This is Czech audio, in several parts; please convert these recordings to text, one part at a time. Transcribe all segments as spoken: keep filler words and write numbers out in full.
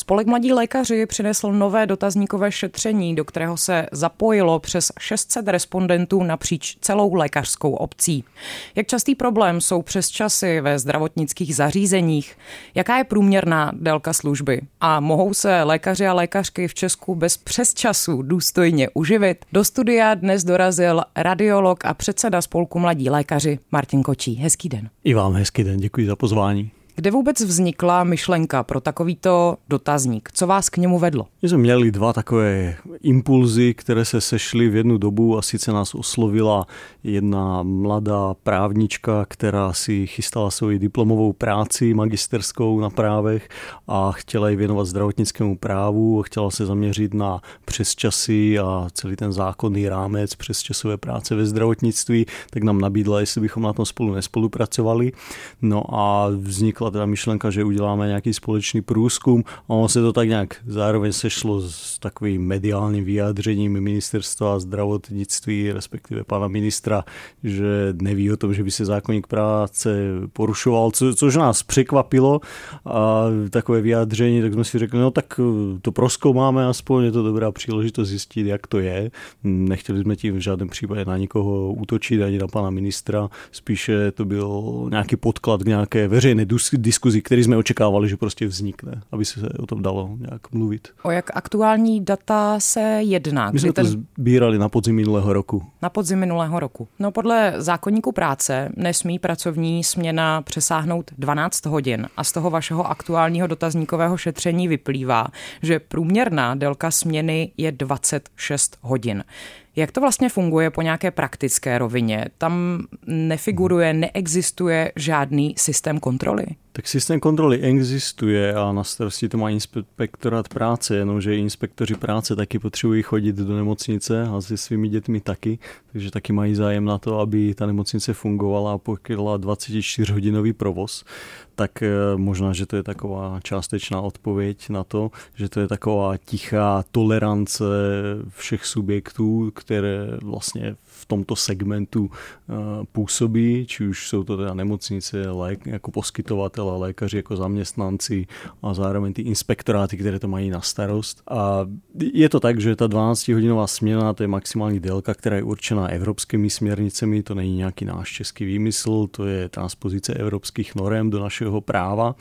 Spolek Mladí lékaři přinesl nové dotazníkové šetření, do kterého se zapojilo přes šest set respondentů napříč celou lékařskou obcí. Jak častý problém jsou přesčasy ve zdravotnických zařízeních? Jaká je průměrná délka služby? A mohou se lékaři a lékařky v Česku bez přesčasů důstojně uživit? Do studia dnes dorazil radiolog a předseda Spolku Mladí lékaři Martin Kočí. Hezký den. I vám hezký den, děkuji za pozvání. Kde vůbec vznikla myšlenka pro takovýto dotazník? Co vás k němu vedlo? My jsme měli dva takové impulzy, které se sešly v jednu dobu a sice nás oslovila jedna mladá právnička, která si chystala svoji diplomovou práci magisterskou na právech a chtěla ji věnovat zdravotnickému právu, chtěla se zaměřit na přesčasy a celý ten zákonný rámec přesčasové práce ve zdravotnictví, tak nám nabídla, jestli bychom na tom spolu nespolupracovali. No a vznikla teda myšlenka, že uděláme nějaký společný průzkum a ono se to tak nějak zároveň sešlo s takovým mediálním vyjádřením ministerstva zdravotnictví, respektive pana ministra, že neví o tom, že by se zákoník práce porušoval, co, což nás překvapilo a takové vyjádření, tak jsme si řekli, no tak to prozkoumáme aspoň, je to dobrá příležitost zjistit, jak to je. Nechtěli jsme tím v žádném případě na nikoho útočit, ani na pana ministra, spíše to byl nějaký podklad k nějaké veřejné diskuzi, který jsme očekávali, že prostě vznikne, aby se o tom dalo nějak mluvit. O jak aktuální data se jedná? My jsme ten... to sbírali na podzim minulého roku. Na podzim minulého roku. No podle zákoníku práce nesmí pracovní směna přesáhnout dvanáct hodin a z toho vašeho aktuálního dotazníkového šetření vyplývá, že průměrná délka směny je dvacet šest hodin. Jak to vlastně funguje po nějaké praktické rovině? Tam nefiguruje, neexistuje žádný systém kontroly? Tak systém kontroly existuje a na starosti to má inspektorát práce, jenomže inspektoři práce taky potřebují chodit do nemocnice a se svými dětmi taky, takže taky mají zájem na to, aby ta nemocnice fungovala a pokryla dvacetičtyřhodinový provoz. Tak možná, že to je taková částečná odpověď na to, že to je taková tichá tolerance všech subjektů, které vlastně v tomto segmentu působí, či už jsou to teda nemocnice lék, jako poskytovatele, lékaři jako zaměstnanci a zároveň ty inspektoráty, které to mají na starost. A je to tak, že ta dvanáctihodinová směna, to je maximální délka, která je určená evropskými směrnicemi, to není nějaký náš český výmysl, to je transpozice evropských norem do našeho práva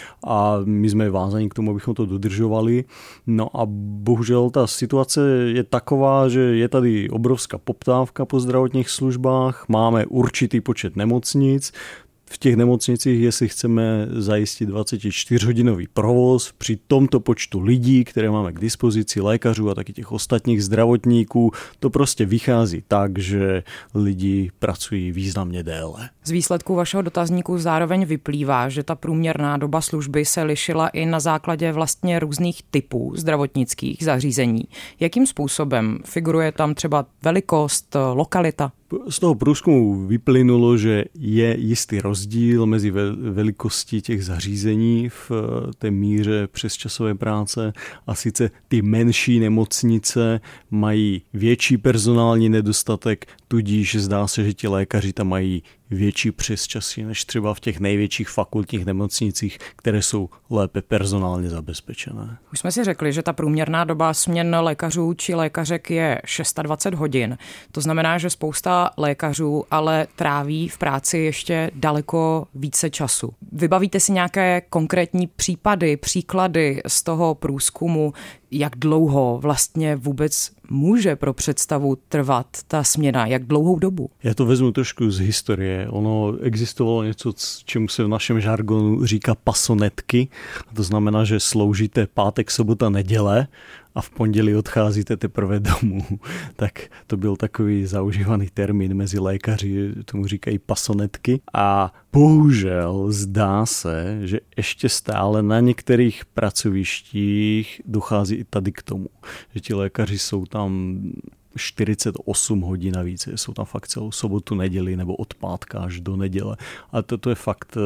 a my jsme vázaní k tomu, abychom to dodržovali. No a bohužel ta situace je taková, že je tady obrovská poptávka po zdravotních službách, máme určitý počet nemocnic. V těch nemocnicích, jestli chceme zajistit dvacetičtyřhodinový provoz při tomto počtu lidí, které máme k dispozici, lékařů a taky těch ostatních zdravotníků, to prostě vychází tak, že lidi pracují významně déle. Z výsledku vašeho dotazníku zároveň vyplývá, že ta průměrná doba služby se lišila i na základě vlastně různých typů zdravotnických zařízení. Jakým způsobem? Figuruje tam třeba velikost, lokalita? Z toho průzkumu vyplynulo, že je jistý rozdíl mezi velikostí těch zařízení v té míře přesčasové práce a sice ty menší nemocnice mají větší personální nedostatek, tudíž zdá se, že ti lékaři tam mají větší přesčasy než třeba v těch největších fakultních nemocnicích, které jsou lépe personálně zabezpečené. Už jsme si řekli, že ta průměrná doba směn lékařů či lékařek je dvacet šest hodin. To znamená, že spousta lékařů ale tráví v práci ještě daleko více času. Vybavíte si nějaké konkrétní případy, příklady z toho průzkumu, jak dlouho vlastně vůbec může pro představu trvat ta směna, jak dlouhou dobu? Já to vezmu trošku z historie. Ono existovalo něco, čemu se v našem žargonu říká pasonetky. To znamená, že sloužíte pátek, sobota, neděle a v pondělí odcházíte teprve domů. Tak to byl takový zaužívaný termín mezi lékaři, tomu říkají pasonetky. A bohužel zdá se, že ještě stále na některých pracovištích dochází i tady k tomu, že ti lékaři jsou tam čtyřicet osm hodin navíc. Jsou tam fakt celou sobotu, neděli nebo od pátka až do neděle. A to, to je fakt,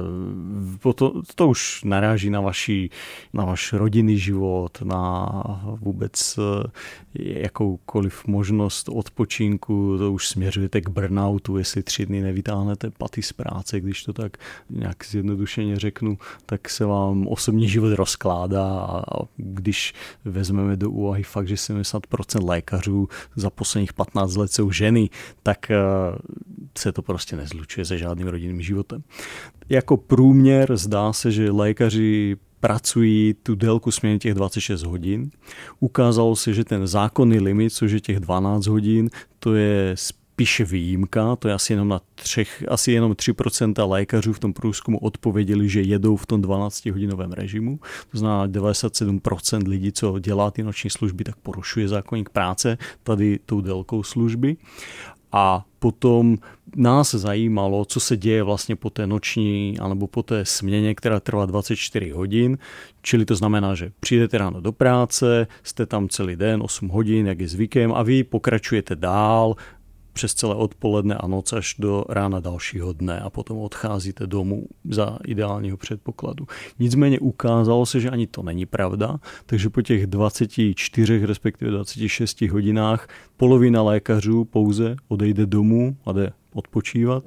to, to už naráží na, vaši, na váš rodinný život, na vůbec jakoukoliv možnost odpočinku. To už směřujete k burnoutu, jestli tři dny nevytáhnete paty z práce, když to tak nějak zjednodušeně řeknu, tak se vám osobní život rozkládá a když vezmeme do úvahy fakt, že sedmdesát procent lékařů za posledních patnáct let jsou ženy, tak se to prostě nezlučuje se žádným rodinným životem. Jako průměr zdá se, že lékaři pracují tu délku směny těch dvacet šest hodin. Ukázalo se, že ten zákonný limit, což je těch dvanáct hodin, to je spíše výjimka, to je asi jenom na třech, asi jenom tři procenta lékařů v tom průzkumu odpověděli, že jedou v tom dvanáctihodinovém režimu. To znamená devadesát sedm procent lidí, co dělá ty noční služby, tak porušuje zákoník práce tady tou délkou služby. A potom nás zajímalo, co se děje vlastně po té noční anebo po té směně, která trvá dvacet čtyři hodin. Čili to znamená, že přijdete ráno do práce, jste tam celý den, osm hodin, jak je zvykem, a vy pokračujete dál přes celé odpoledne a noc až do rána dalšího dne a potom odcházíte domů za ideálního předpokladu. Nicméně ukázalo se, že ani to není pravda, takže po těch dvaceti čtyřech, respektive dvaceti šesti hodinách polovina lékařů pouze odejde domů a jde odpočívat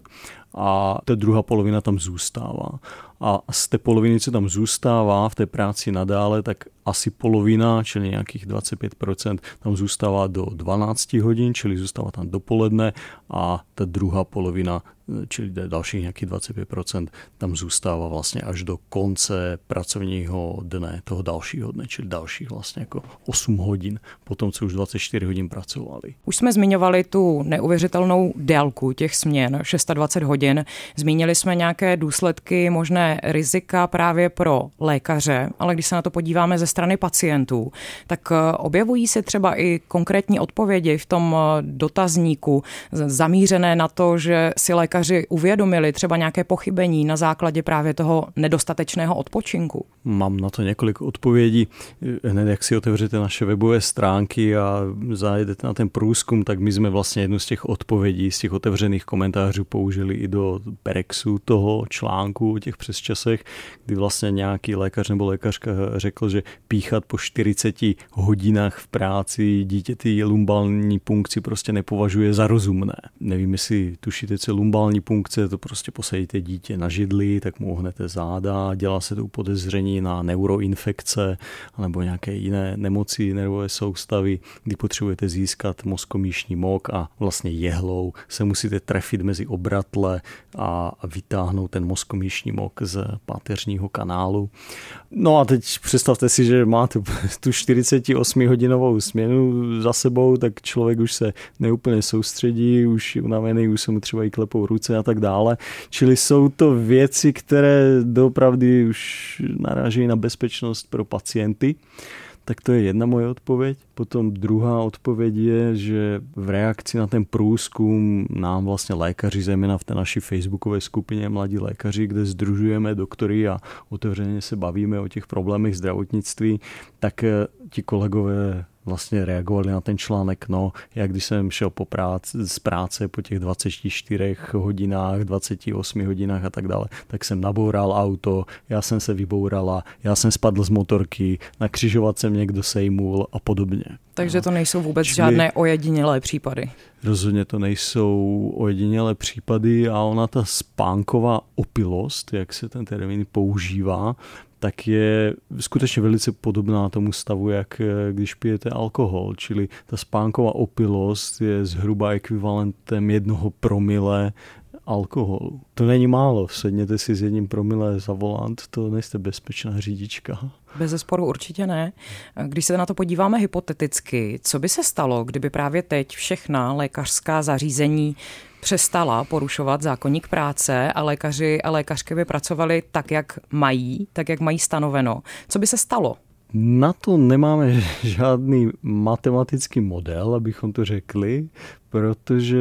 a ta druhá polovina tam zůstává. A z té poloviny, co tam zůstává v té práci nadále, tak asi polovina, čili nějakých dvacet pět procent, tam zůstává do dvanáct hodin, čili zůstává tam dopoledne, a ta druhá polovina, čili dalších nějakých dvacet pět procent, tam zůstává vlastně až do konce pracovního dne, toho dalšího dne, čili dalších vlastně jako osm hodin, potom co už dvacet čtyři hodin pracovali. Už jsme zmiňovali tu neuvěřitelnou délku těch směn, dvacet šest hodin. Zmínili jsme nějaké důsledky, možné rizika právě pro lékaře, ale když se na to podíváme ze strany pacientů, tak objevují se třeba i konkrétní odpovědi v tom dotazníku zamířené na to, že si lékaři uvědomili třeba nějaké pochybení na základě právě toho nedostatečného odpočinku. Mám na to několik odpovědí. Hned jak si otevřete naše webové stránky a zajedete na ten průzkum, tak my jsme vlastně jednu z těch odpovědí, z těch otevřených komentářů použili i do perexu toho článku o těch přesčasech, kdy vlastně nějaký lékař nebo lékařka řekl, že píchat po čtyřiceti hodinách v práci dítěti lumbální punkci prostě nepovažuje za rozumné. Nevím, jestli tušíte, co lumbální punkce, to prostě posadíte dítě na židli, tak mu ohnete záda, dělá se to podezření na neuroinfekce nebo nějaké jiné nemoci nervové soustavy, kdy potřebujete získat mozkomíšní mok a vlastně jehlou se musíte trefit mezi obratle a vytáhnout ten mozkomíšní mok z páteřního kanálu. No a teď představte si, že máte tu čtyřicetiosmihodinovou směnu za sebou, tak člověk už se neúplně soustředí, už je unavený, už se mu třeba i klepou ruce a tak dále. Čili jsou to věci, které doopravdy už narážejí na bezpečnost pro pacienty. Tak to je jedna moje odpověď. Potom druhá odpověď je, že v reakci na ten průzkum nám vlastně lékaři, zejména v té naší facebookové skupině Mladí lékaři, kde sdružujeme doktory a otevřeně se bavíme o těch problémech zdravotnictví, tak ti kolegové vlastně reagovali na ten článek, no, jak když jsem šel po práci, z práce po těch dvaceti čtyřech hodinách, dvaceti osmi hodinách a tak dále, tak jsem naboural auto, já jsem se vybourala, já jsem spadl z motorky, na křižovatce mě někdo sejmul a podobně. Takže to nejsou vůbec Čili žádné ojedinělé případy. Rozhodně to nejsou ojedinělé případy a ona ta spánková opilost, jak se ten termín používá, tak je skutečně velice podobná tomu stavu, jak když pijete alkohol. Čili ta spánková opilost je zhruba ekvivalentem jednoho promile alkoholu. To není málo. Sedněte si s jedním promile za volant, to nejste bezpečná řidička. Bezesporu určitě ne. Když se na to podíváme hypoteticky, co by se stalo, kdyby právě teď všechna lékařská zařízení přestala porušovat zákoník práce a lékaři a lékařky by pracovali tak, jak mají, tak, jak mají stanoveno. Co by se stalo? Na to nemáme žádný matematický model, abychom to řekli, protože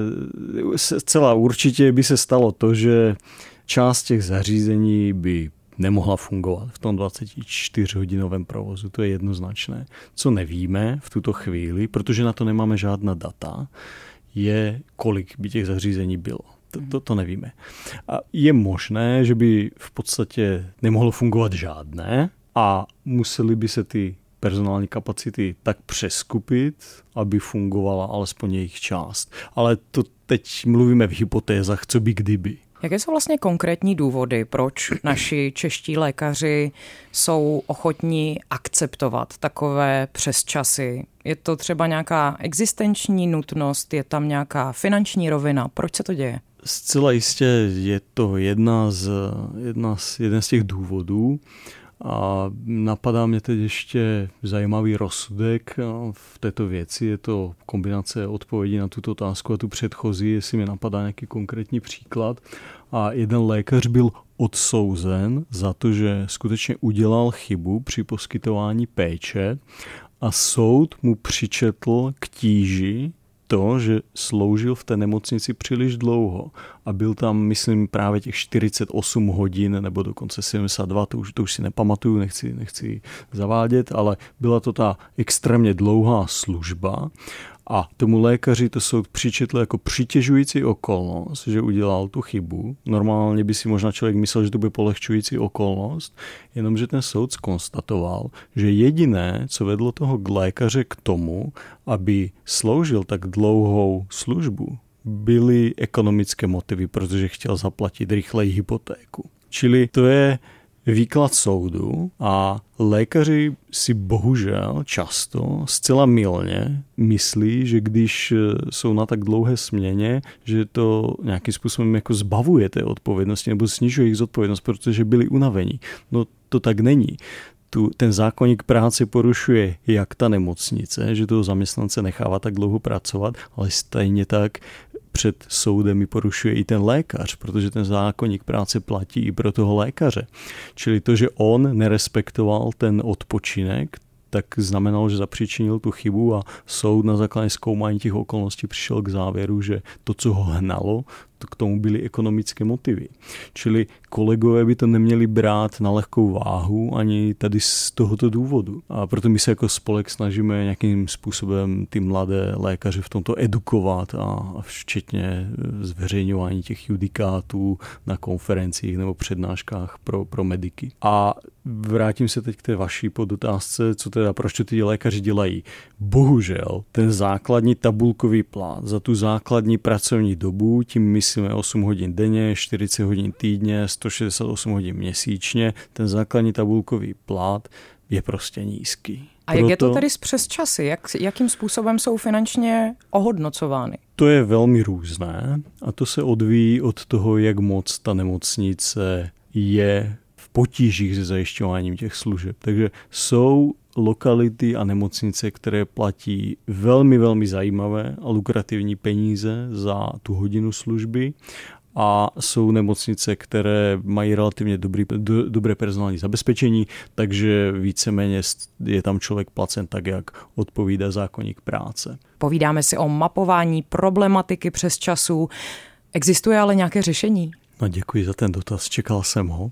zcela určitě by se stalo to, že část těch zařízení by nemohla fungovat v tom dvacetičtyřhodinovém provozu. To je jednoznačné. Co nevíme v tuto chvíli, protože na to nemáme žádná data, je, kolik by těch zařízení bylo. To, to, to nevíme. A je možné, že by v podstatě nemohlo fungovat žádné a museli by se ty personální kapacity tak přeskupit, aby fungovala alespoň jejich část. Ale to teď mluvíme v hypotézách, co by kdyby. Jaké jsou vlastně konkrétní důvody, proč naši čeští lékaři jsou ochotní akceptovat takové přesčasy? Je to třeba nějaká existenční nutnost, je tam nějaká finanční rovina? Proč se to děje? Zcela jistě je to jedna z, jedna z, jeden z těch důvodů. A napadá mě teď ještě zajímavý rozsudek v této věci. Je to kombinace odpovědí na tuto otázku a tu předchozí, jestli mi napadá nějaký konkrétní příklad. A jeden lékař byl odsouzen za to, že skutečně udělal chybu při poskytování péče a soud mu přičetl k tíži to, že sloužil v té nemocnici příliš dlouho a byl tam, myslím, právě těch čtyřicet osm hodin nebo dokonce sedmdesát dva, to už, to už si nepamatuju, nechci, nechci zavádět, ale byla to ta extrémně dlouhá služba a tomu lékaři to soud přičetl jako přitěžující okolnost, že udělal tu chybu. Normálně by si možná člověk myslel, že to bude polehčující okolnost, jenomže ten soud zkonstatoval, že jediné, co vedlo toho lékaře k tomu, aby sloužil tak dlouhou službu, byly ekonomické motivy, protože chtěl zaplatit rychleji hypotéku. Čili to je výklad soudu a lékaři si bohužel často zcela mylně myslí, že když jsou na tak dlouhé směně, že to nějakým způsobem jako zbavuje té odpovědnosti nebo snižuje jejich zodpovědnost, protože byli unavení. No to tak není. Tu, ten zákoník práce porušuje jak ta nemocnice, že toho zaměstnance nechává tak dlouho pracovat, ale stejně tak před soudem i porušuje i ten lékař, protože ten zákoník práce platí i pro toho lékaře. Čili to, že on nerespektoval ten odpočinek, tak znamenalo, že zapříčinil tu chybu a soud na základě zkoumání těch okolností přišel k závěru, že to, co ho hnalo, to k tomu byly ekonomické motivy. Čili kolegové by to neměli brát na lehkou váhu ani tady z tohoto důvodu. A proto my se jako spolek snažíme nějakým způsobem ty mladé lékaře v tomto edukovat a včetně zveřejňování těch judikátů na konferencích nebo přednáškách pro, pro mediky. A vrátím se teď k té vaší podotázce, co teda, proč to ty lékaři dělají. Bohužel ten základní tabulkový plán za tu základní pracovní dobu, tím myslíme osm hodin denně, čtyřicet hodin týdně, sto šedesát osm hodin měsíčně, ten základní tabulkový plát je prostě nízký. A jak Proto... je to tedy s přesčasy? Jak, jakým způsobem jsou finančně ohodnocovány? To je velmi různé a to se odvíjí od toho, jak moc ta nemocnice je v potížích se zajišťováním těch služeb. Takže jsou lokality a nemocnice, které platí velmi, velmi zajímavé a lukrativní peníze za tu hodinu služby a jsou nemocnice, které mají relativně dobrý, do, dobré personální zabezpečení, takže víceméně je tam člověk placen tak, jak odpovídá zákoník práce. Povídáme si o mapování problematiky přesčasů. Existuje ale nějaké řešení? No, děkuji za ten dotaz, čekal jsem ho.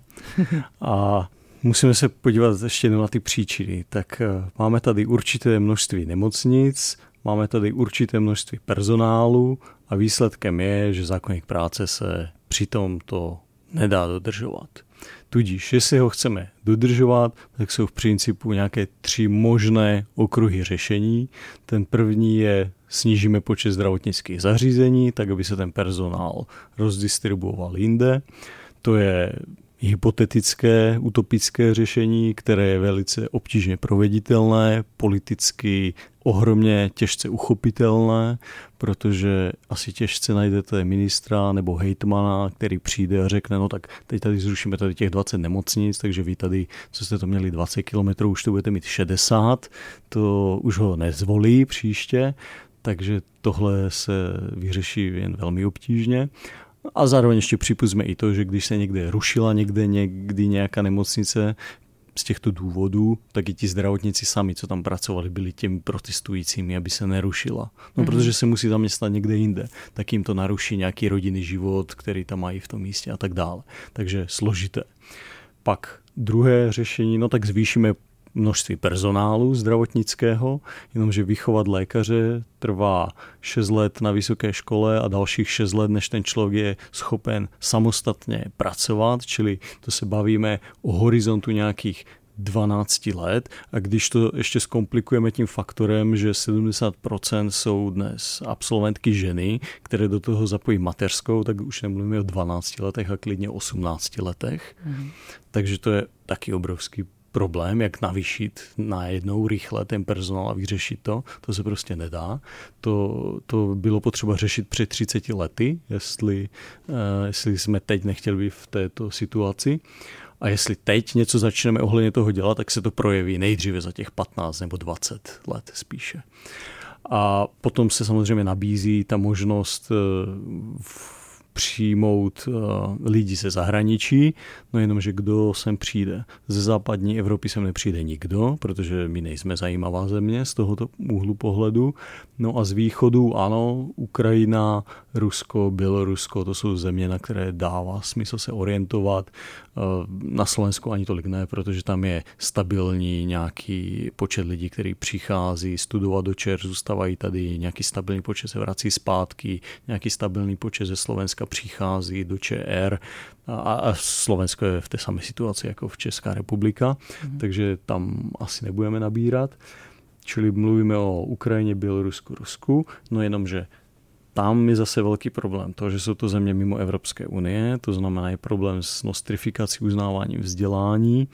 A musíme se podívat ještě na ty příčiny. Tak máme tady určité množství nemocnic, máme tady určité množství personálu a výsledkem je, že zákoník práce se přitom to nedá dodržovat. Tudíž, jestli ho chceme dodržovat, tak jsou v principu nějaké tři možné okruhy řešení. Ten první je, snížíme počet zdravotnických zařízení, tak aby se ten personál rozdistribuoval jinde. To je hypotetické, utopické řešení, které je velice obtížně proveditelné, politicky ohromně těžce uchopitelné, protože asi těžce najdete ministra nebo hejtmana, který přijde a řekne, no tak teď tady zrušíme tady těch dvacet nemocnic, takže vy tady, co jste to měli dvacet kilometrů, už to budete mít šedesát, to už ho nezvolí příště, takže tohle se vyřeší jen velmi obtížně. A zároveň ještě připustíme i to, že když se někde rušila někde někdy nějaká nemocnice z těchto důvodů, tak i ti zdravotníci sami, co tam pracovali, byli těmi protestujícími, aby se nerušila. No mm-hmm. protože se musí zaměstnat někde jinde, tak jim to naruší nějaký rodinný život, který tam mají v tom místě a tak dále. Takže složité. Pak druhé řešení, no tak zvýšíme množství personálu zdravotnického, jenomže vychovat lékaře trvá šest let na vysoké škole a dalších šest let, než ten člověk je schopen samostatně pracovat, čili to se bavíme o horizontu nějakých dvanáct let a když to ještě zkomplikujeme tím faktorem, že sedmdesát procent jsou dnes absolventky ženy, které do toho zapojí mateřskou, tak už nemluvíme o dvanácti letech a klidně osmnácti letech. Mm. Takže to je taky obrovský problém, jak navýšit najednou rychle ten personál a vyřešit to. To se prostě nedá. To, to bylo potřeba řešit před třiceti lety, jestli, uh, jestli jsme teď nechtěli být v této situaci. A jestli teď něco začneme ohledně toho dělat, tak se to projeví nejdříve za těch patnáct nebo dvacet let spíše. A potom se samozřejmě nabízí ta možnost v přijmout uh, lidi ze zahraničí, no jenomže kdo sem přijde. Ze západní Evropy sem nepřijde nikdo, protože my nejsme zajímavá země z tohoto úhlu pohledu. No a z východu, ano, Ukrajina, Rusko, Bělorusko, to jsou země, na které dává smysl se orientovat. Uh, na Slovensku ani tolik ne, protože tam je stabilní nějaký počet lidí, který přichází studovat do Čer, zůstávají tady, nějaký stabilní počet se vrací zpátky, nějaký stabilní počet ze Slovenska přichází do ČR a, a Slovensko je v té samé situaci jako v Česká republika, mm. takže tam asi nebudeme nabírat. Čili mluvíme o Ukrajině, Bělorusku, Rusku, no jenomže tam je zase velký problém. To, že jsou to země mimo Evropské unie, to znamená je problém s nostrifikací, uznáváním vzdělání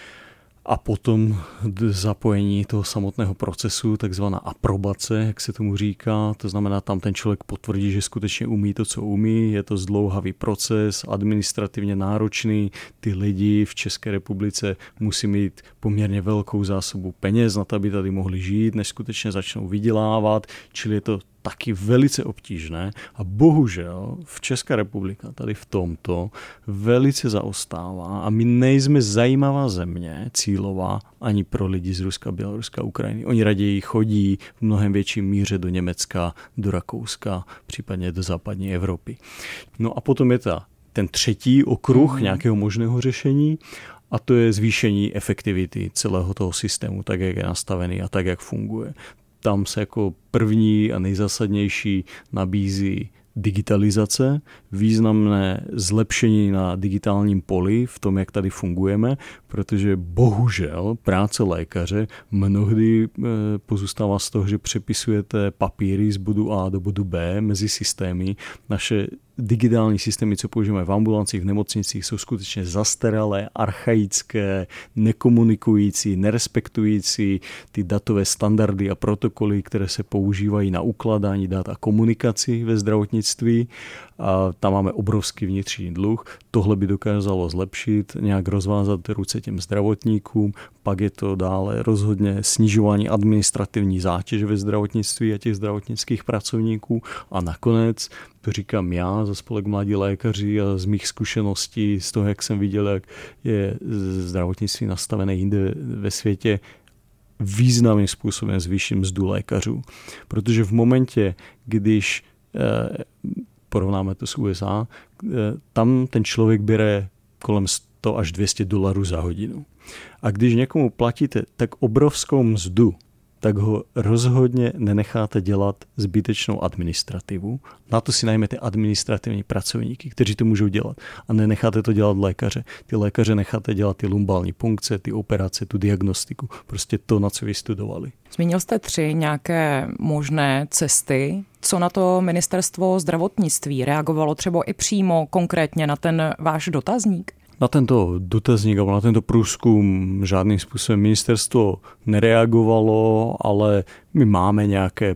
a potom zapojení toho samotného procesu, takzvaná aprobace, jak se tomu říká. To znamená, tam ten člověk potvrdí, že skutečně umí to, co umí. Je to zdlouhavý proces, administrativně náročný. Ty lidi v České republice musí mít poměrně velkou zásobu peněz na to, aby tady mohli žít, než skutečně začnou vydělávat. Čili je to taky velice obtížné a bohužel v České republika tady v tomto velice zaostává a my nejsme zajímavá země cílová ani pro lidi z Ruska, Běloruska, Ukrajiny. Oni raději chodí v mnohem větší míře do Německa, do Rakouska, případně do západní Evropy. No a potom je ta, ten třetí okruh mm. nějakého možného řešení a to je zvýšení efektivity celého toho systému, tak jak je nastavený a tak jak funguje. Tam se jako první a nejzásadnější nabízí digitalizace, významné zlepšení na digitálním poli v tom, jak tady fungujeme, protože bohužel práce lékaře mnohdy pozůstává z toho, že přepisujete papíry z bodu A do bodu B mezi systémy. Naše digitální systémy, co používáme v ambulancích, v nemocnicích, jsou skutečně zastaralé, archaické, nekomunikující, nerespektující ty datové standardy a protokoly, které se používají na ukládání dat a komunikaci ve zdravotnictví. A tam máme obrovský vnitřní dluh. Tohle by dokázalo zlepšit, nějak rozvázat ruce těm zdravotníkům. Pak je to dále rozhodně snižování administrativní zátěže ve zdravotnictví a těch zdravotnických pracovníků. A nakonec, to říkám já za spolek Mladí lékaři a z mých zkušeností, z toho, jak jsem viděl, jak je zdravotnictví nastavené jinde ve světě, významným způsobem zvýšit mzdu lékařů. Protože v momentě, když eh, porovnáme to s U S A, eh, tam ten člověk bere kolem sto až dvě stě dolarů za hodinu. A když někomu platíte tak obrovskou mzdu, tak ho rozhodně nenecháte dělat zbytečnou administrativu. Na to si najmete administrativní pracovníky, kteří to můžou dělat. A nenecháte to dělat lékaře. Ty lékaře necháte dělat ty lumbální punkce, ty operace, tu diagnostiku. Prostě to, na co vystudovali. Zmínil jste tři nějaké možné cesty. Co na to ministerstvo zdravotnictví reagovalo třeba i přímo konkrétně na ten váš dotazník? Na tento dotazník nebo na tento průzkum žádným způsobem ministerstvo nereagovalo, ale my máme nějaké,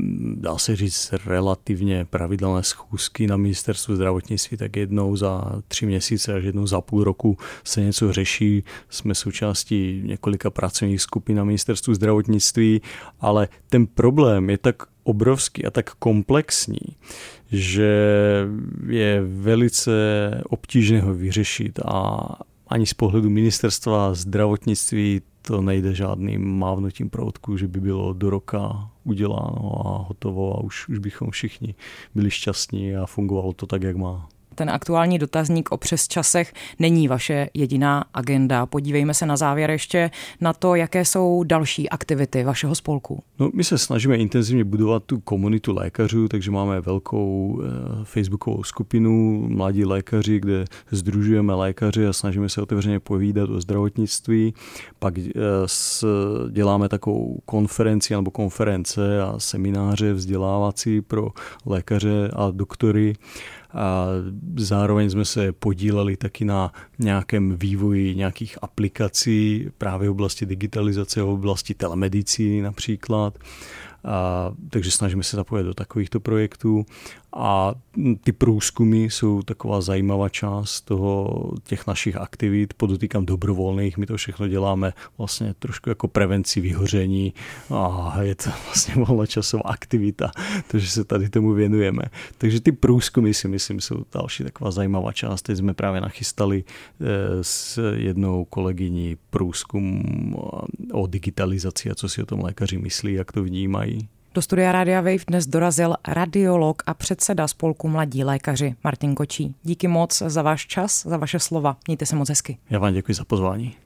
dá se říct, relativně pravidelné schůzky na ministerstvu zdravotnictví, tak jednou za tři měsíce až jednou za půl roku se něco řeší. Jsme součástí několika pracovních skupin na ministerstvu zdravotnictví, ale ten problém je tak obrovský a tak komplexní, že je velice obtížné ho vyřešit a ani z pohledu ministerstva zdravotnictví to nejde žádným mávnutím proutku, že by bylo do roka uděláno a hotovo a už, už bychom všichni byli šťastní a fungovalo to tak, jak má. ten aktuální dotazník o přesčasech není vaše jediná agenda. Podívejme se na závěr ještě na to, jaké jsou další aktivity vašeho spolku. No, my se snažíme intenzivně budovat tu komunitu lékařů, takže máme velkou eh, facebookovou skupinu Mladí lékaři, kde sdružujeme lékaři a snažíme se otevřeně povídat o zdravotnictví. Pak eh, s, děláme takovou konferenci nebo konference a semináře vzdělávací pro lékaře a doktory. A zároveň jsme se podíleli taky na nějakém vývoji nějakých aplikací právě v oblasti digitalizace, v oblasti telemedicíny například. A, takže snažíme se zapojit do takovýchto projektů a ty průzkumy jsou taková zajímavá část toho, těch našich aktivit, podotýkám dobrovolných, my to všechno děláme vlastně trošku jako prevenci vyhoření a je to vlastně volnočasová aktivita, takže se tady tomu věnujeme. Takže ty průzkumy si myslím jsou další taková zajímavá část. Teď jsme právě nachystali s jednou kolegyní průzkum o digitalizaci a co si o tom lékaři myslí, jak to vnímají. Do studia Rádia Wave dnes dorazil radiolog a předseda spolku Mladí lékaři Martin Kočí. Díky moc za váš čas, za vaše slova. Mějte se moc hezky. Já vám děkuji za pozvání.